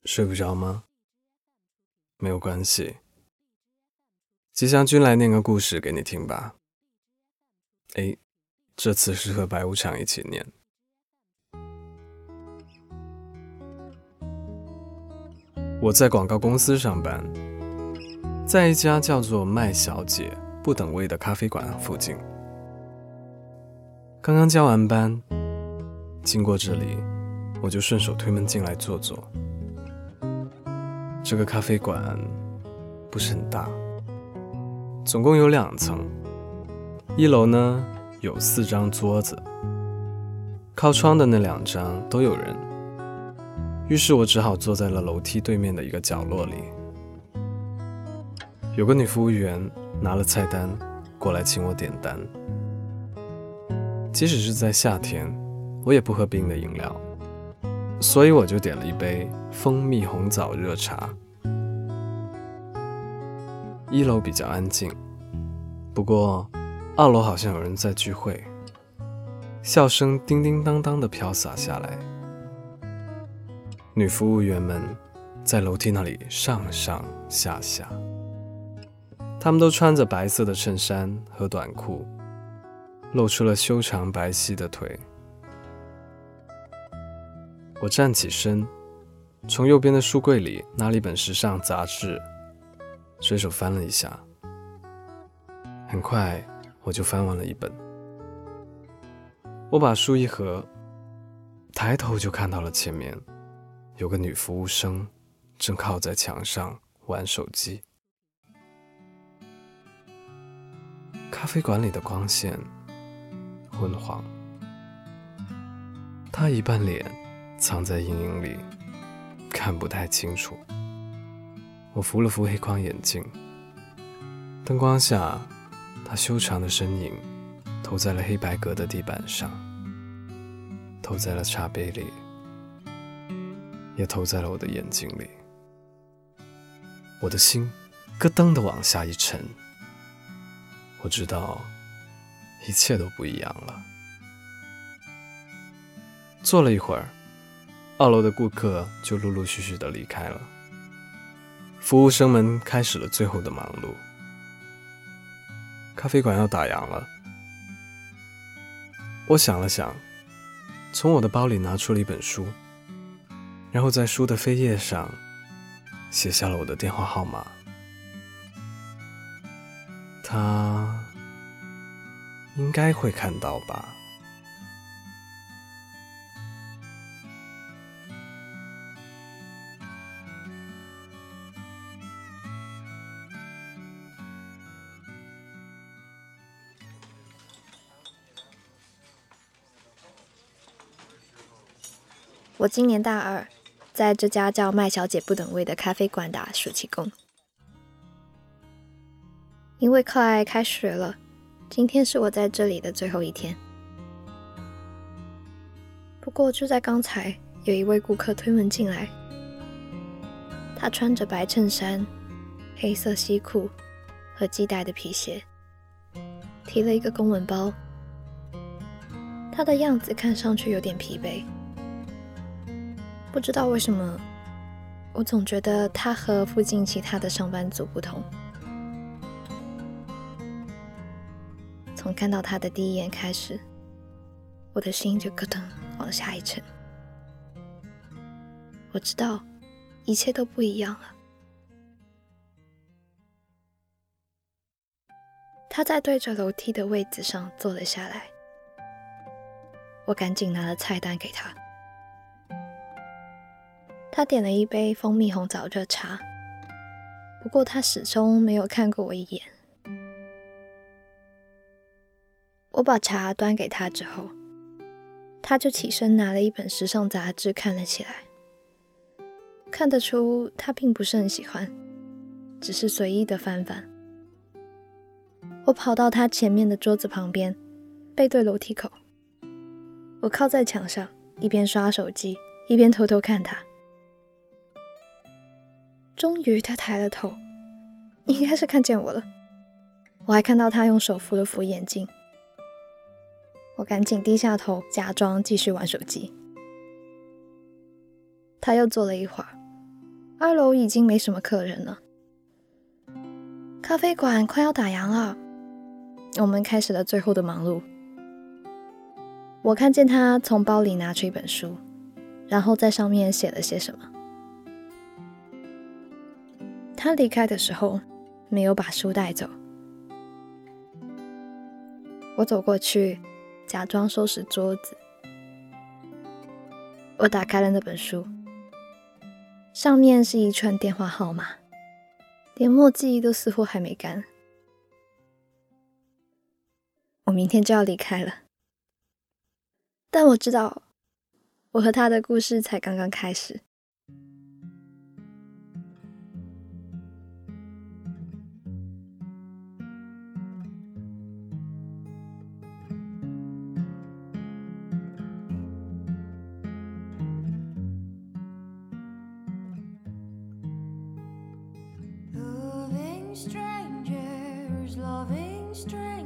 睡不着吗？没有关系，吉祥君来念个故事给你听吧。这次是和白无常一起念。我在广告公司上班，在一家叫做麦小姐不等位的咖啡馆附近。刚刚交完班，经过这里，我就顺手推门进来坐坐。这个咖啡馆不是很大，总共有2层。1楼呢有4张桌子，靠窗的那2张都有人，于是我只好坐在了楼梯对面的一个角落里。有个女服务员拿了菜单过来请我点单。即使是在夏天，我也不喝冰的饮料，所以我就点了一杯蜂蜜红枣热茶。1楼比较安静，不过2楼好像有人在聚会，笑声叮叮当当地飘洒下来。女服务员们在楼梯那里上上下下，她们都穿着白色的衬衫和短裤，露出了修长白皙的腿。我站起身，从右边的书柜里拿了一本时尚杂志，随手翻了一下，很快我就翻完了一本。我把书一合，抬头就看到了前面有个女服务生正靠在墙上玩手机。咖啡馆里的光线昏黄，她一半脸藏在阴影里，看不太清楚。我扶了扶黑框眼镜，灯光下她修长的身影投在了黑白格的地板上，投在了茶杯里，也投在了我的眼睛里。我的心咯噔地往下一沉，我知道一切都不一样了。坐了一会儿，2楼的顾客就陆陆续续地离开了，服务生们开始了最后的忙碌。咖啡馆要打烊了。我想了想，从我的包里拿出了一本书，然后在书的扉页上写下了我的电话号码。他应该会看到吧。 我今年大2，在这家叫麦小姐不等位的咖啡馆打暑期工。因为快开学了，今天是我在这里的最后一天。不过就在刚才，有一位顾客推门进来，他穿着白衬衫、黑色西裤和系带的皮鞋，提了一个公文包。他的样子看上去有点疲惫。不知道为什么，我总觉得他和附近其他的上班族不同。从看到他的第一眼开始，我的心就咯噔往下一沉。我知道一切都不一样了。他在对着楼梯的位子上坐了下来，我赶紧拿了菜单给他。他点了一杯蜂蜜红枣热茶，不过他始终没有看过我一眼。我把茶端给他之后，他就起身拿了一本时尚杂志看了起来。看得出他并不是很喜欢，只是随意的翻翻。我跑到他前面的桌子旁边，背对楼梯口。我靠在墙上，一边刷手机，一边偷偷看他。终于他抬了头，应该是看见我了。我还看到他用手扶了扶眼镜。我赶紧低下头，假装继续玩手机。他又坐了一会儿， 2楼已经没什么客人了，咖啡馆快要打烊了，我们开始了最后的忙碌。我看见他从包里拿出一本书，然后在上面写了些什么。他离开的时候没有把书带走。我走过去，假装收拾桌子。我打开了那本书，上面是一串电话号码，连墨迹都似乎还没干。我明天就要离开了，但我知道，我和他的故事才刚刚开始。 Strangers, loving strangers.